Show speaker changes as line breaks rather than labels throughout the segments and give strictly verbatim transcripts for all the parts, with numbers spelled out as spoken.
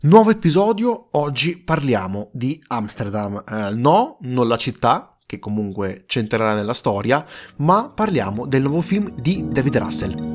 Nuovo episodio, oggi parliamo di Amsterdam. Eh, no, non la città, che comunque c'entrerà nella storia, ma parliamo del nuovo film di David Russell.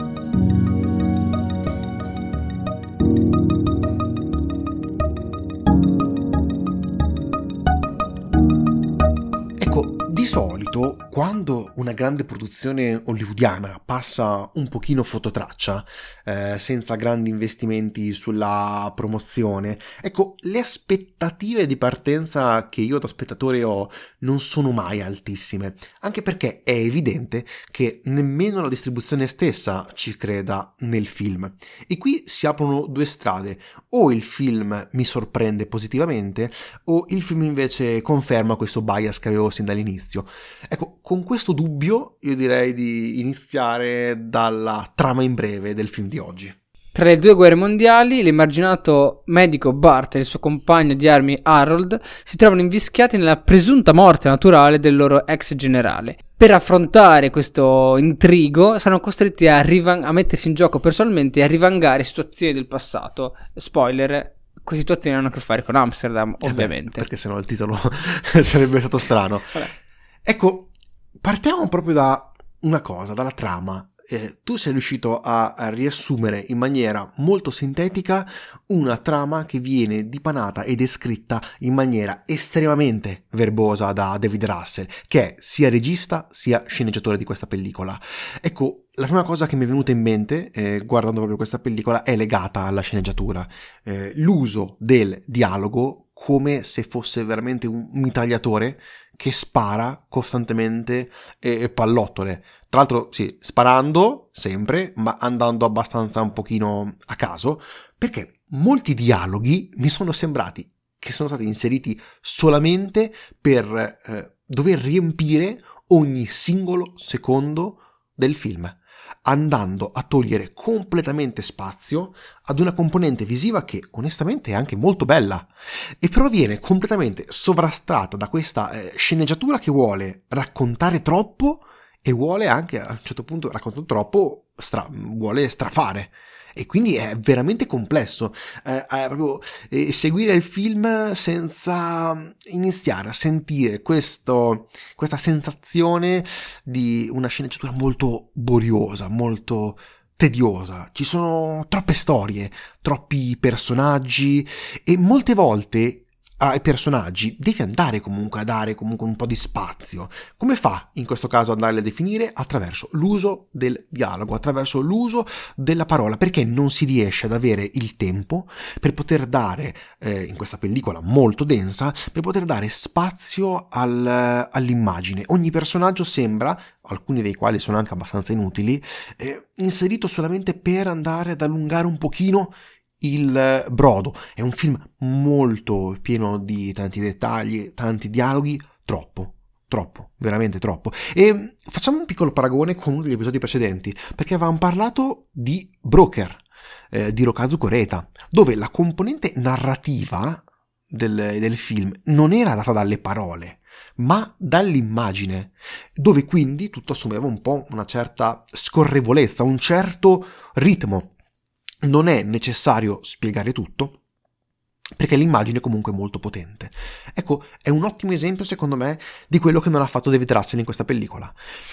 Di solito, quando una grande produzione hollywoodiana passa un pochino fototraccia, eh, senza grandi investimenti sulla promozione, ecco, le aspettative di partenza che io da spettatore ho non sono mai altissime, anche perché è evidente che nemmeno la distribuzione stessa ci creda nel film. E qui si aprono due strade: o il film mi sorprende positivamente, o il film invece conferma questo bias che avevo sin dall'inizio. Ecco, con questo dubbio io direi di iniziare dalla trama in breve del film di oggi.
Tra le due guerre mondiali, l'emarginato medico Bart e il suo compagno di armi Harold si trovano invischiati nella presunta morte naturale del loro ex generale. Per affrontare questo intrigo saranno costretti a, rivan- a mettersi in gioco personalmente e a rivangare situazioni del passato. Spoiler: queste situazioni hanno a che fare con Amsterdam, ovviamente.
Eh beh, perché sennò il titolo sarebbe stato strano.
Vabbè.
Ecco, partiamo proprio da una cosa, dalla trama. Eh, tu sei riuscito a, a riassumere in maniera molto sintetica una trama che viene dipanata e descritta in maniera estremamente verbosa da David Russell, che è sia regista sia sceneggiatore di questa pellicola. Ecco, la prima cosa che mi è venuta in mente, eh, guardando proprio questa pellicola, è legata alla sceneggiatura. Eh, l'uso del dialogo come se fosse veramente un mitragliatore che spara costantemente eh, pallottole. Tra l'altro, sì, sparando sempre, ma andando abbastanza un pochino a caso, perché molti dialoghi mi sono sembrati che sono stati inseriti solamente per eh, dover riempire ogni singolo secondo del film, andando a togliere completamente spazio ad una componente visiva che onestamente è anche molto bella, e però viene completamente sovrastata da questa eh, sceneggiatura che vuole raccontare troppo e vuole anche a un certo punto, raccontando troppo, stra- vuole strafare. E quindi è veramente complesso eh, eh, proprio eh, seguire il film senza iniziare a sentire questo, questa sensazione di una sceneggiatura molto boriosa, molto tediosa. Ci sono troppe storie, troppi personaggi, e molte volte ai personaggi devi andare comunque a dare comunque un po' di spazio. Come fa in questo caso ad andarli a definire? Attraverso l'uso del dialogo, attraverso l'uso della parola, perché non si riesce ad avere il tempo per poter dare, eh, in questa pellicola molto densa, per poter dare spazio al, all'immagine. Ogni personaggio sembra, alcuni dei quali sono anche abbastanza inutili, eh, inserito solamente per andare ad allungare un pochino il brodo. È un film molto pieno di tanti dettagli, tanti dialoghi, troppo, troppo, veramente troppo. E facciamo un piccolo paragone con uno degli episodi precedenti, perché avevamo parlato di Broker, eh, di Rokazu Koreta, dove la componente narrativa del, del film non era data dalle parole, ma dall'immagine, dove quindi tutto assumeva un po' una certa scorrevolezza, un certo ritmo. Non è necessario spiegare tutto, perché l'immagine è comunque molto potente. Ecco, è un ottimo esempio, secondo me, di quello che non ha fatto David Russell in questa pellicola.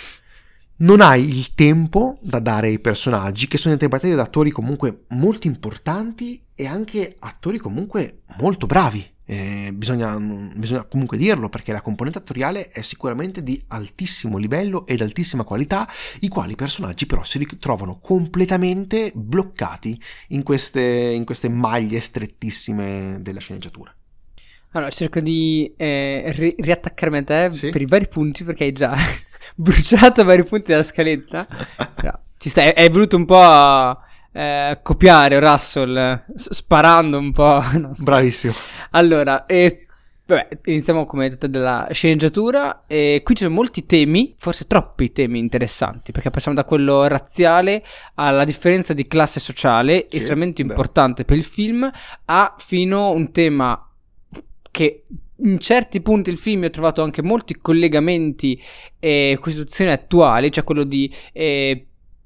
Non hai il tempo da dare ai personaggi, che sono interpretati da attori comunque molto importanti e anche attori comunque molto bravi. Eh, bisogna, bisogna comunque dirlo, perché la componente attoriale è sicuramente di altissimo livello ed altissima qualità, i quali personaggi però si ritrovano completamente bloccati in queste, in queste maglie strettissime della sceneggiatura.
Allora, cerco di eh, ri- riattaccarmi a te,
sì?
per i vari punti, perché hai già bruciato vari punti della scaletta. Però ci stai, hai voluto un po' eh, copiare Russell, s- sparando un po'. No,
Bravissimo.
Allora, eh, vabbè, iniziamo come detto dalla sceneggiatura. E qui ci sono molti temi, forse troppi temi interessanti, perché passiamo da quello razziale alla differenza di classe sociale,
sì,
estremamente
beh.
importante per il film, a fino un tema che in certi punti del film ho trovato anche molti collegamenti e costituzioni attuali, cioè quello di eh,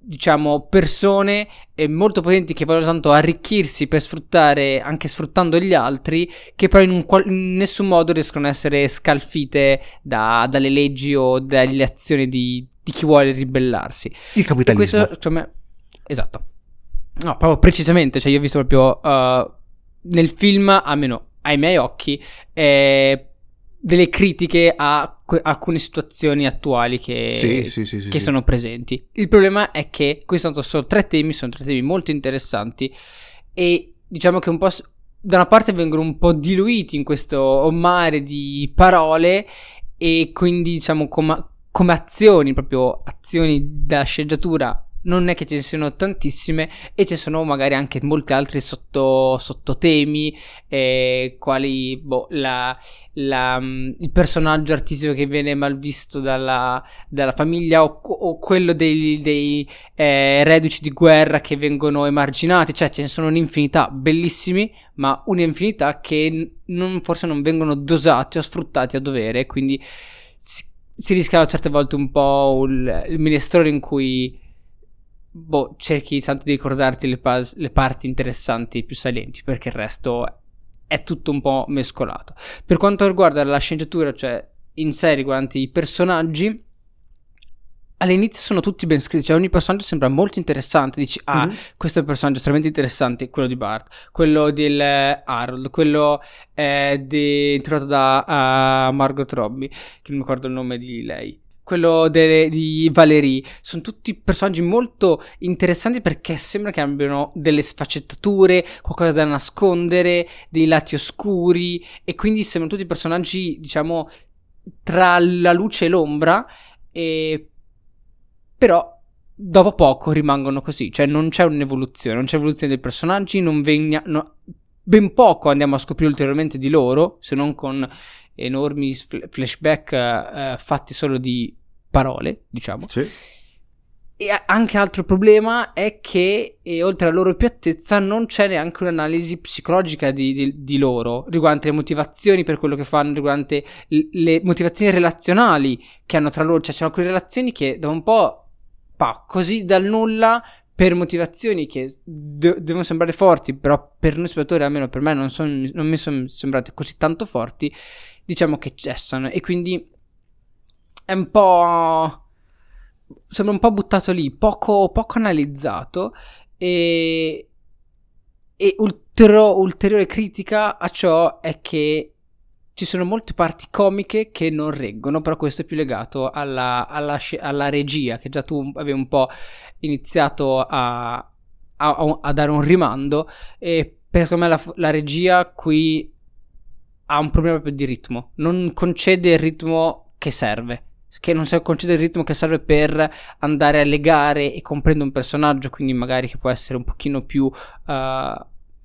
diciamo persone eh, molto potenti che vogliono tanto arricchirsi per sfruttare, anche sfruttando gli altri, che però in, un qual- in nessun modo riescono a essere scalfite da, dalle leggi o dalle azioni di, di chi vuole ribellarsi.
Il capitalismo.
E questo, secondo me, esatto. No, proprio precisamente, cioè io ho visto proprio uh, nel film, almeno ai miei occhi, eh, delle critiche a que- alcune situazioni attuali che,
sì, sì, sì, sì,
che
sì.
sono presenti. Il problema è che questi sono solo tre temi, sono tre temi molto interessanti e diciamo che un po' da una parte vengono un po' diluiti in questo mare di parole e quindi diciamo com- come azioni, proprio azioni da sceneggiatura, non è che ce ne siano tantissime e ci sono magari anche molti altri sotto, sottotemi, eh, quali boh, la, la, il personaggio artistico che viene mal visto dalla, dalla famiglia o, o quello dei, dei eh, reduci di guerra che vengono emarginati, cioè ce ne sono un'infinità, bellissimi, ma un'infinità che non, forse non vengono dosati o sfruttati a dovere, quindi si, si rischia certe volte un po' il, il minestrone in cui boh, cerchi tanto di ricordarti le, pas- le parti interessanti più salienti, perché il resto è tutto un po' mescolato. Per quanto riguarda la sceneggiatura, cioè in sé riguardanti i personaggi, all'inizio sono tutti ben scritti, cioè ogni personaggio sembra molto interessante, dici ah, mm-hmm. questo è un personaggio estremamente interessante, quello di Bart, quello del uh, Harold, quello eh, di, introdotto da uh, Margot Robbie, che non mi ricordo il nome di lei, quello de- di Valerie. Sono tutti personaggi molto interessanti perché sembra che abbiano delle sfaccettature, qualcosa da nascondere, dei lati oscuri, e quindi sembrano tutti personaggi, diciamo, tra la luce e l'ombra, e però dopo poco rimangono così, cioè non c'è un'evoluzione, non c'è evoluzione dei personaggi, non vegna, no, ben poco andiamo a scoprire ulteriormente di loro, se non con enormi flashback eh, fatti solo di parole, diciamo.
Sì.
E anche altro problema è che e oltre alla loro piattezza non c'è neanche un'analisi psicologica di, di, di loro riguardante le motivazioni per quello che fanno, riguardante le, le motivazioni relazionali che hanno tra loro, cioè c'erano quelle relazioni che da un po' pa, così dal nulla, per motivazioni che de- devono sembrare forti, però per noi spettatori, almeno per me, non, son, non mi sono sembrate così tanto forti, diciamo che cessano, e quindi è un po', sembra un po' buttato lì, poco, poco analizzato, e, e ultero, ulteriore critica a ciò è che ci sono molte parti comiche che non reggono, però questo è più legato alla, alla, alla regia, che già tu avevi un po' iniziato a, a, a dare un rimando, e per secondo me la, la regia qui ha un problema proprio di ritmo, non concede il ritmo che serve, che non si concede il ritmo che serve per andare a legare e comprendere un personaggio, quindi magari che può essere un pochino più uh,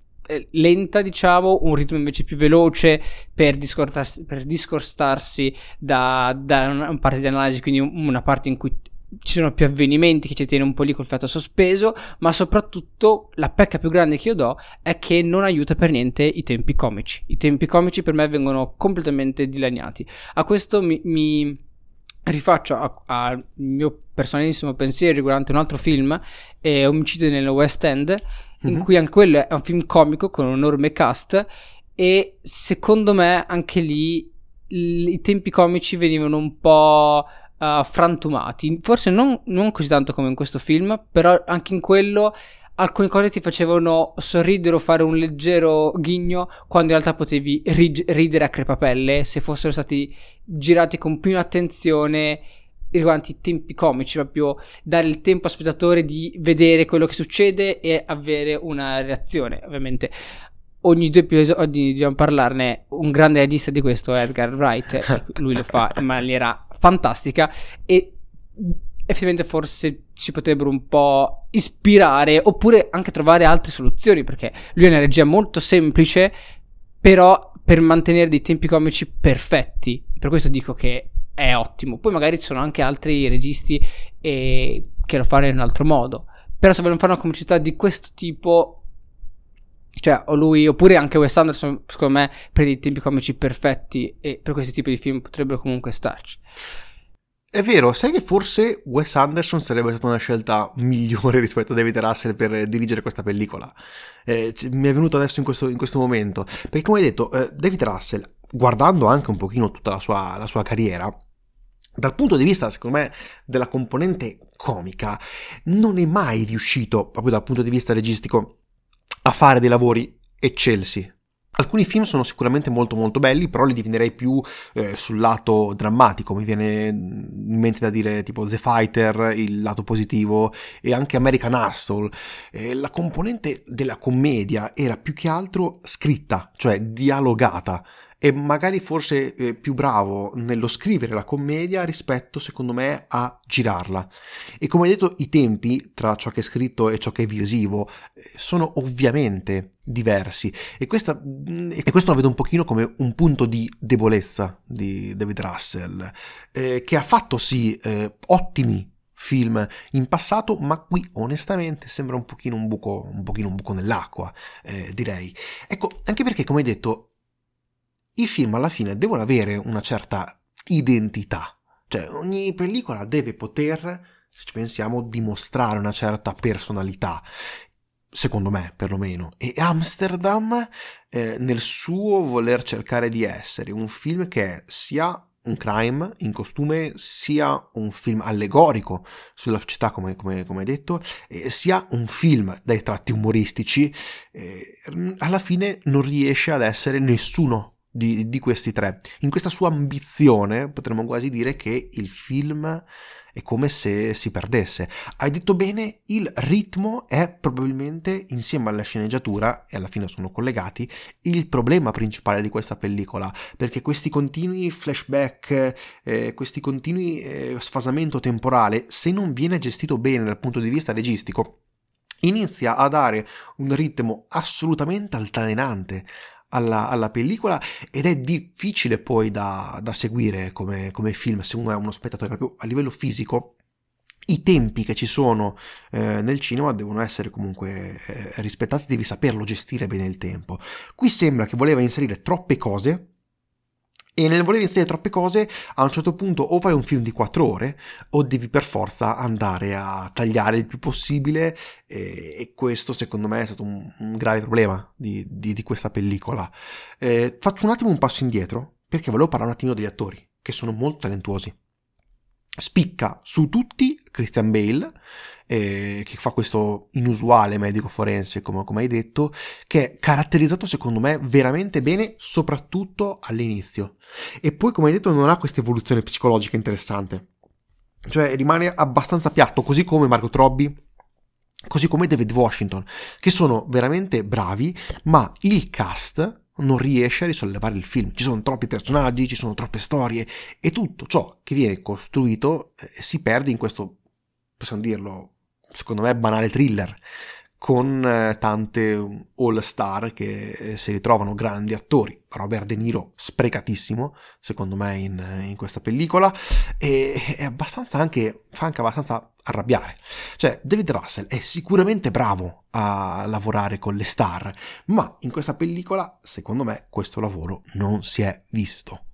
lenta, diciamo, un ritmo invece più veloce per discostarsi, per discostarsi da, da una parte di analisi, quindi una parte in cui ci sono più avvenimenti, che ci tiene un po' lì col fiato sospeso, ma soprattutto la pecca più grande che io do è che non aiuta per niente i tempi comici. I tempi comici per me vengono completamente dilaniati. A questo mi, mi rifaccio al mio personalissimo pensiero riguardante un altro film, eh, Omicidio nel West End, in mm-hmm. cui anche quello è un film comico con un enorme cast, e secondo me anche lì l- i tempi comici venivano un po' uh, frantumati, forse non, non così tanto come in questo film, però anche in quello alcune cose ti facevano sorridere o fare un leggero ghigno, quando in realtà potevi rig- ridere a crepapelle se fossero stati girati con più attenzione riguardanti i tempi comici, proprio dare il tempo al spettatore di vedere quello che succede e avere una reazione. Ovviamente ogni due episodi dobbiamo parlarne, un grande regista di questo è Edgar Wright, lui lo fa in maniera fantastica, e effettivamente forse ci potrebbero un po' ispirare, oppure anche trovare altre soluzioni, perché lui ha una regia molto semplice, però per mantenere dei tempi comici perfetti. Per questo dico che è ottimo. Poi magari ci sono anche altri registi eh, che lo fanno in un altro modo, però se vogliono fare una comicità di questo tipo, cioè o lui oppure anche Wes Anderson, secondo me per dei tempi comici perfetti, e per questi tipi di film potrebbero comunque starci.
È vero, sai che forse Wes Anderson sarebbe stata una scelta migliore rispetto a David Russell per dirigere questa pellicola. Eh, c- mi è venuto adesso in questo, in questo momento. Perché come hai detto, eh, David Russell, guardando anche un pochino tutta la sua, la sua carriera, dal punto di vista, secondo me, della componente comica, non è mai riuscito, proprio dal punto di vista registico, a fare dei lavori eccelsi. Alcuni film sono sicuramente molto molto belli, però li dividerei più eh, sul lato drammatico. Mi viene in mente da dire tipo The Fighter, il lato positivo, e anche American Hustle. Eh, la componente della commedia era più che altro scritta, cioè dialogata, e magari forse eh, più bravo nello scrivere la commedia rispetto, secondo me, a girarla. E come hai detto, i tempi tra ciò che è scritto e ciò che è visivo eh, sono ovviamente diversi, e, questa, e questo lo vedo un pochino come un punto di debolezza di David Russell, eh, che ha fatto sì eh, ottimi film in passato, ma qui onestamente sembra un pochino un buco, un pochino un buco nell'acqua, eh, direi. Ecco, anche perché, come hai detto, i film alla fine devono avere una certa identità, cioè ogni pellicola deve poter, se ci pensiamo, dimostrare una certa personalità, secondo me perlomeno. E Amsterdam, eh, nel suo voler cercare di essere un film che è sia un crime in costume, sia un film allegorico sulla società, come, come, come hai detto, eh, sia un film dai tratti umoristici, eh, alla fine non riesce ad essere nessuno Di, di questi tre. In questa sua ambizione potremmo quasi dire che il film è come se si perdesse. Hai detto bene, il ritmo è probabilmente, insieme alla sceneggiatura, e alla fine sono collegati, il problema principale di questa pellicola, perché questi continui flashback, eh, questi continui eh, sfasamento temporale, se non viene gestito bene dal punto di vista registico, inizia a dare un ritmo assolutamente altalenante Alla, alla pellicola, ed è difficile poi da, da seguire come, come film se uno è uno spettatore. Proprio a livello fisico i tempi che ci sono eh, nel cinema devono essere comunque eh, rispettati, devi saperlo gestire bene il tempo. Qui sembra che voleva inserire troppe cose, e nel voler inserire troppe cose a un certo punto o fai un film di quattro ore o devi per forza andare a tagliare il più possibile, e, e questo secondo me è stato un, un grave problema di, di, di questa pellicola. Eh, faccio un attimo un passo indietro perché volevo parlare un attimino degli attori, che sono molto talentuosi. Spicca su tutti Christian Bale, eh, che fa questo inusuale medico forense, come, come hai detto, che è caratterizzato secondo me veramente bene, soprattutto all'inizio. E poi, come hai detto, non ha questa evoluzione psicologica interessante. Cioè rimane abbastanza piatto, così come Margot Robbie, così come David Washington, che sono veramente bravi, ma il cast non riesce a risollevare il film. Ci sono troppi personaggi, ci sono troppe storie, e tutto ciò che viene costruito eh, si perde in questo, possiamo dirlo, secondo me banale thriller, con eh, tante all star che eh, si ritrovano grandi attori. Robert De Niro sprecatissimo secondo me in, in questa pellicola, e è abbastanza anche fa anche abbastanza arrabbiare. Cioè David Russell è sicuramente bravo a lavorare con le star, ma in questa pellicola secondo me questo lavoro non si è visto.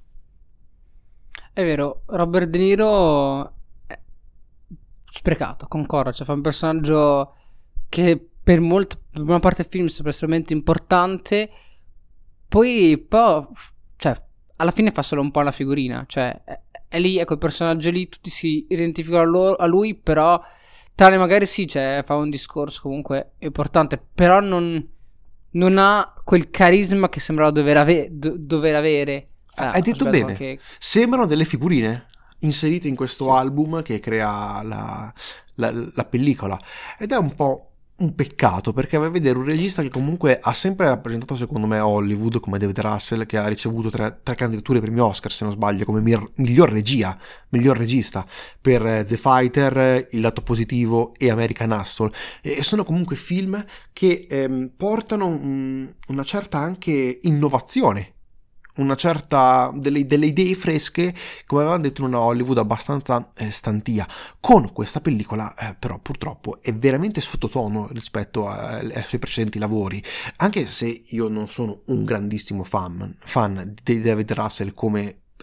È vero, Robert De Niro è sprecato, concordo, cioè fa un personaggio che per molto, per una parte del film sembra estremamente importante, poi però, cioè, alla fine fa solo un po' una figurina, cioè è, è lì, è quel personaggio lì, tutti si identificano a, lo, a lui, però tale magari sì, cioè fa un discorso comunque importante, però non, non ha quel carisma che sembrava dover, ave, do, dover avere. Ah,
hai detto bene,
anche...
sembrano delle figurine inserite in questo sì. album che crea la, la, la pellicola, ed è un po' un peccato, perché vai a vedere un regista che comunque ha sempre rappresentato secondo me Hollywood, come David Russell, che ha ricevuto tre, tre candidature ai premi Oscar se non sbaglio come mir- miglior regia, miglior regista per The Fighter, Il lato positivo e American Hustle, e sono comunque film che ehm, portano un, una certa anche innovazione, una certa delle, delle idee fresche, come avevamo detto in una Hollywood abbastanza eh, stantia. Con questa pellicola eh, però purtroppo è veramente sottotono rispetto a, ai suoi precedenti lavori, anche se io non sono un grandissimo fan, fan di David Russell come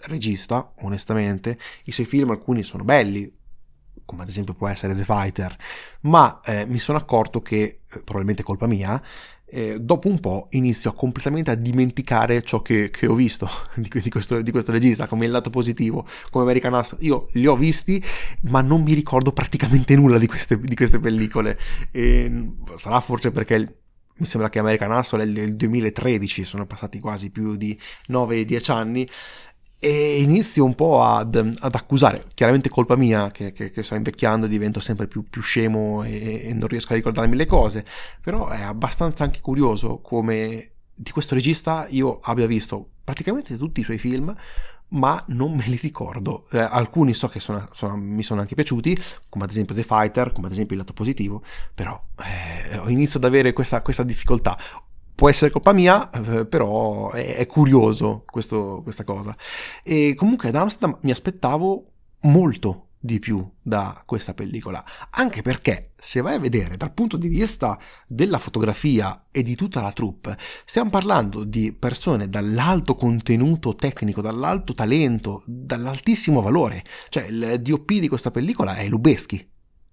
regista, onestamente. I suoi film, alcuni sono belli, come ad esempio può essere The Fighter, ma eh, mi sono accorto che, eh, probabilmente colpa mia, eh, dopo un po' inizio completamente a dimenticare ciò che, che ho visto di, di, questo, di questo regista, come il lato positivo, come American Hustle. Io li ho visti, ma non mi ricordo praticamente nulla di queste, di queste pellicole. E sarà forse perché il, mi sembra che American Hustle è del duemilatredici, sono passati quasi più di nove dieci anni, e inizio un po' ad, ad accusare, chiaramente colpa mia che, che, che sto invecchiando e divento sempre più, più scemo e, e non riesco a ricordarmi le cose, però è abbastanza anche curioso come di questo regista io abbia visto praticamente tutti i suoi film, ma non me li ricordo. Eh, alcuni so che sono, sono, mi sono anche piaciuti, come ad esempio The Fighter, come ad esempio Il lato positivo, però eh, ho iniziato ad avere questa, questa difficoltà. Può essere colpa mia, eh, però è, è curioso questo, questa cosa. E comunque ad Amsterdam mi aspettavo molto di più da questa pellicola, anche perché se vai a vedere dal punto di vista della fotografia e di tutta la troupe, stiamo parlando di persone dall'alto contenuto tecnico, dall'alto talento, dall'altissimo valore. Cioè il D O P di questa pellicola è Lubezki.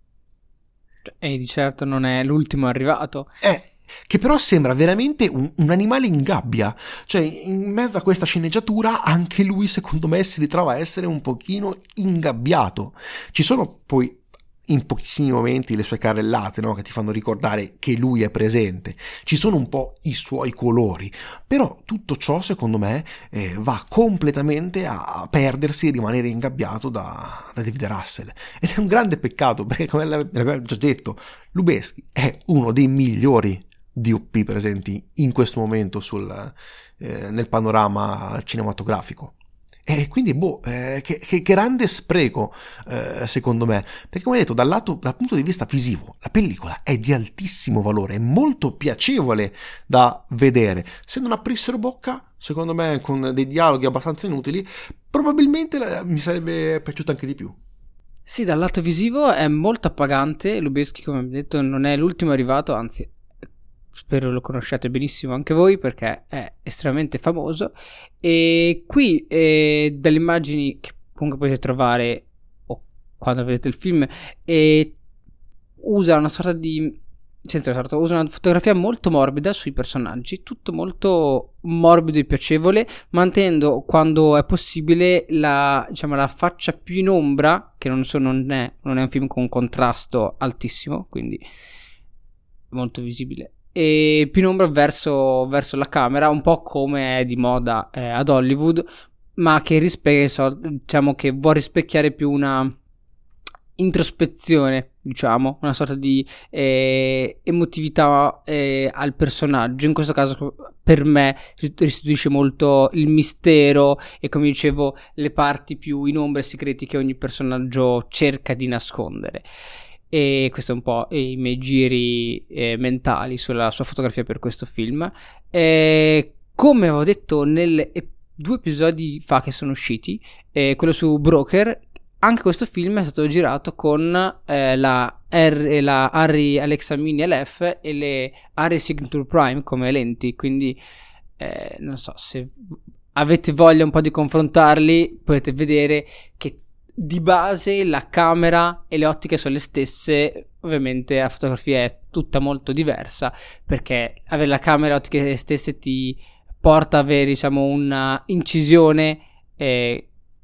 E di certo non è l'ultimo arrivato.
È che però sembra veramente un, un animale in gabbia, cioè in mezzo a questa sceneggiatura anche lui secondo me si ritrova a essere un pochino ingabbiato. Ci sono poi in pochissimi momenti le sue carrellate, no? Che ti fanno ricordare che lui è presente, ci sono un po' i suoi colori, però tutto ciò secondo me eh, va completamente a perdersi e rimanere ingabbiato da, da David Russell, ed è un grande peccato perché, come l'abbiamo già detto, Lubezki è uno dei migliori D O P presenti in questo momento sul, eh, nel panorama cinematografico. E quindi, boh, eh, che, che grande spreco, eh, secondo me. Perché, come detto, dal, lato, dal punto di vista visivo, la pellicola è di altissimo valore, è molto piacevole da vedere. Se non aprissero bocca, secondo me, con dei dialoghi abbastanza inutili, probabilmente la, mi sarebbe piaciuta anche di più.
Sì, dal lato visivo è molto appagante. Lubezki, come abbiamo detto, non è l'ultimo arrivato, anzi, spero lo conosciate benissimo anche voi perché è estremamente famoso. E qui eh, dalle immagini che comunque potete trovare o quando vedete il film, eh, usa una sorta di senza una sorta, usa una fotografia molto morbida sui personaggi, tutto molto morbido e piacevole, mantenendo quando è possibile la, diciamo, la faccia più in ombra, che non, so, non, è, non è un film con un contrasto altissimo, quindi molto visibile, e più in ombra verso, verso la camera, un po' come è di moda eh, ad Hollywood, ma che rispecchia, diciamo che vuole rispecchiare più una introspezione, diciamo, una sorta di eh, emotività eh, al personaggio. In questo caso per me restituisce molto il mistero e, come dicevo, le parti più in ombra e segreti che ogni personaggio cerca di nascondere. E questo è un po' i miei giri eh, mentali sulla sua fotografia per questo film. E come avevo detto nelle due episodi fa che sono usciti, eh, quello su Broker, anche questo film è stato girato con eh, la, R, la Arri Alexa Mini L F e le Arri Signature Prime come lenti, quindi eh, non so, se avete voglia un po' di confrontarli potete vedere che di base la camera e le ottiche sono le stesse. Ovviamente la fotografia è tutta molto diversa, perché avere la camera e le ottiche stesse ti porta ad avere, diciamo, una incisione eh,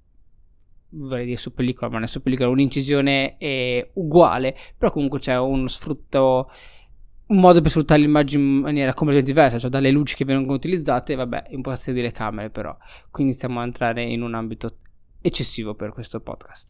vorrei dire su pellicola, ma non è su pellicola, un'incisione è uguale, però comunque c'è uno sfrutto, un modo per sfruttare l'immagine in maniera completamente diversa, cioè dalle luci che vengono utilizzate, vabbè, impostazione delle camere, però quindi stiamo a entrare in un ambito eccessivo per questo podcast.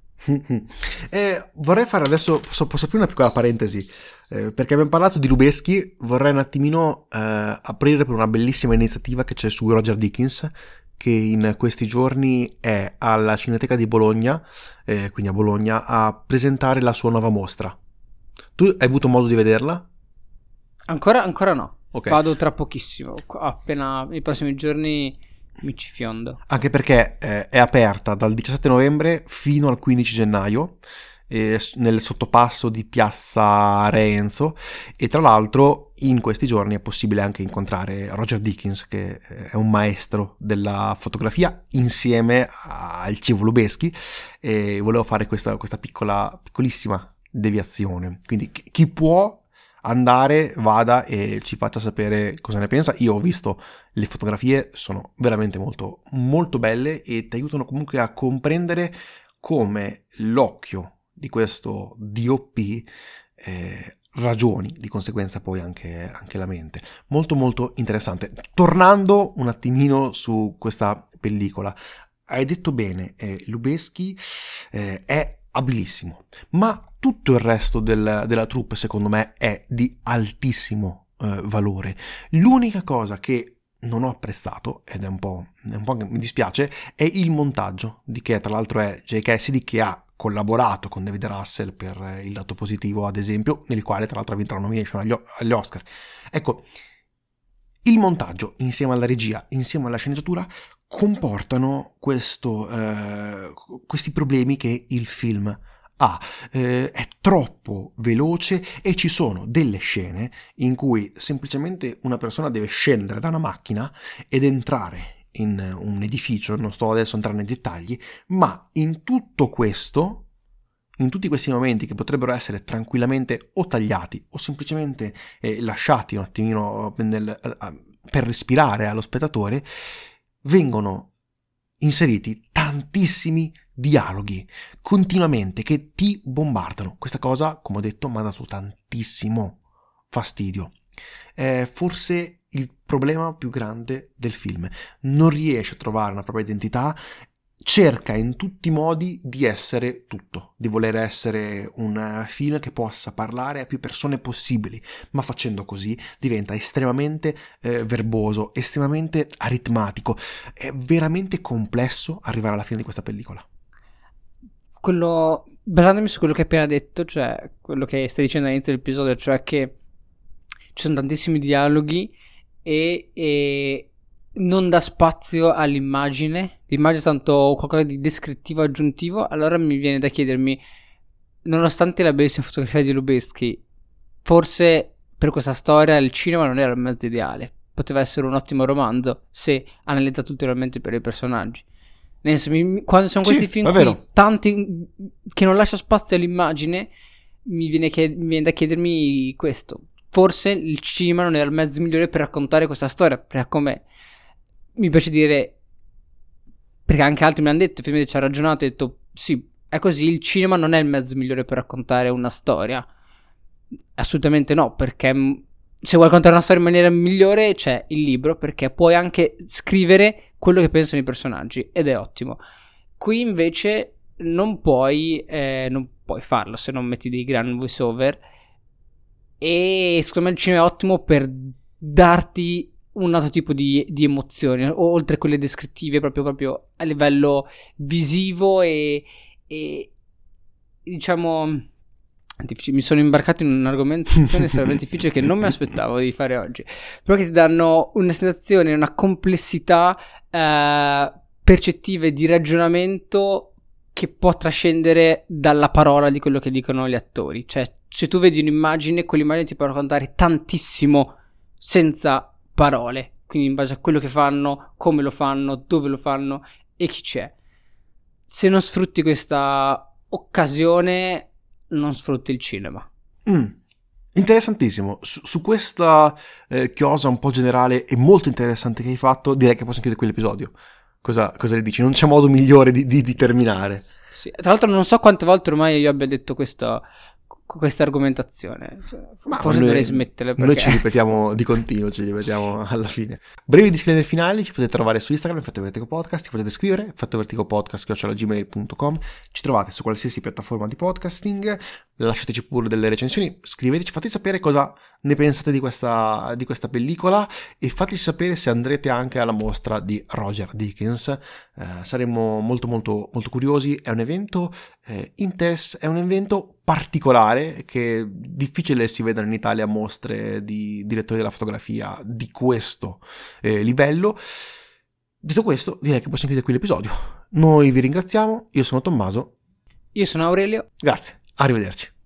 eh, vorrei fare adesso, posso, posso aprire una piccola parentesi, eh, perché abbiamo parlato di Lubezki, vorrei un attimino eh, aprire per una bellissima iniziativa che c'è su Roger Deakins, che in questi giorni è alla Cineteca di Bologna, eh, quindi a Bologna, a presentare la sua nuova mostra. Tu hai avuto modo di vederla?
Ancora, ancora no.
Okay.
Vado tra pochissimo, appena i prossimi giorni mi ci fiondo.
Anche perché eh, è aperta dal diciassette novembre fino al quindici gennaio, eh, nel sottopasso di Piazza Re Enzo, e tra l'altro in questi giorni è possibile anche incontrare Roger Deakins, che è un maestro della fotografia, insieme al Civo Lubezki, e volevo fare questa, questa piccola, piccolissima deviazione. Quindi chi può andare, vada e ci faccia sapere cosa ne pensa. Io ho visto le fotografie, sono veramente molto, molto belle e ti aiutano comunque a comprendere come l'occhio di questo D O P eh, ragioni, di conseguenza poi anche, anche la mente. Molto molto interessante. Tornando un attimino su questa pellicola, hai detto bene, eh, Lubezki eh, è abilissimo, ma tutto il resto del, della troupe secondo me è di altissimo eh, valore. L'unica cosa che non ho apprezzato, ed è un po', è un po' che mi dispiace, è il montaggio, di che tra l'altro è J K. Cassidy, che ha collaborato con David Russell per Il lato positivo, ad esempio, nel quale tra l'altro ha vinto la nomination agli, agli Oscar. Ecco, il montaggio insieme alla regia, insieme alla sceneggiatura, comportano questo, eh, questi problemi che il film ha. Eh, è troppo veloce e ci sono delle scene in cui semplicemente una persona deve scendere da una macchina ed entrare in un edificio. Non sto adesso a entrare nei dettagli, ma in tutto questo, in tutti questi momenti che potrebbero essere tranquillamente o tagliati o semplicemente eh, lasciati un attimino nel, eh, per respirare allo spettatore, vengono inseriti tantissimi dialoghi continuamente che ti bombardano. Questa cosa, come ho detto, mi ha dato tantissimo fastidio. È forse il problema più grande del film. Non riesce a trovare una propria identità, cerca in tutti i modi di essere tutto, di voler essere un film che possa parlare a più persone possibili, ma facendo così diventa estremamente eh, verboso, estremamente aritmatico. È veramente complesso arrivare alla fine di questa pellicola.
Quello, basandomi su quello che hai appena detto, cioè quello che stai dicendo all'inizio dell'episodio, cioè che ci sono tantissimi dialoghi e, e non dà spazio all'immagine, l'immagine è tanto qualcosa di descrittivo aggiuntivo, allora mi viene da chiedermi, nonostante la bellissima fotografia di Lubezki, forse per questa storia il cinema non era il mezzo ideale, poteva essere un ottimo romanzo se analizzato ulteriormente per i personaggi. Nel senso, mi, quando sono questi
sì,
film qui, tanti che non lascia spazio all'immagine, mi viene, chied- mi viene da chiedermi questo. Forse il cinema non era il mezzo migliore per raccontare questa storia, perché come mi piace dire, perché anche altri mi hanno detto, finalmente ci ha ragionato e ha detto sì, è così, il cinema non è il mezzo migliore per raccontare una storia. Assolutamente no, perché se vuoi raccontare una storia in maniera migliore c'è il libro, perché puoi anche scrivere quello che pensano i personaggi ed è ottimo. Qui invece non puoi eh, non puoi farlo se non metti dei gran voice over, e secondo me il cinema è ottimo per darti un altro tipo di, di emozioni, oltre a quelle descrittive, proprio, proprio a livello visivo e, e diciamo difficile. Mi sono imbarcato in un'argomentazione estremamente difficile che non mi aspettavo di fare oggi, però che ti danno una sensazione, una complessità eh, percettiva e di ragionamento che può trascendere dalla parola di quello che dicono gli attori. Cioè, se tu vedi un'immagine, quell'immagine ti può raccontare tantissimo senza parole, quindi in base a quello che fanno, come lo fanno, dove lo fanno e chi c'è. Se non sfrutti questa occasione, non sfrutti il cinema.
Mm. Interessantissimo. Su, su questa eh, chiosa un po' generale e molto interessante che hai fatto, direi che possiamo chiudere quell'episodio. Cosa, cosa ne dici? Non c'è modo migliore di, di, di terminare.
Sì. Tra l'altro non so quante volte ormai io abbia detto questo, questa argomentazione, cioè, forse
noi,
dovrei smettere perché...
noi ci ripetiamo di continuo, ci ripetiamo alla fine. Brevi disclaimer finali, ci potete trovare su Instagram, Effetto Vertigo Podcast, ci potete scrivere effetto vertigo podcast chiocciola gmail punto com, ci trovate su qualsiasi piattaforma di podcasting, lasciateci pure delle recensioni, scriveteci, fateci sapere cosa ne pensate di questa, di questa pellicola e fateci sapere se andrete anche alla mostra di Roger Deakins. Eh, saremmo molto molto molto curiosi. È un evento eh, interess- è un evento particolare che difficile si vedano in Italia mostre di direttori della fotografia di questo eh, livello. Detto questo, direi che possiamo chiudere qui l'episodio. Noi vi ringraziamo, io sono Tommaso.
Io sono Aurelio.
Grazie, arrivederci.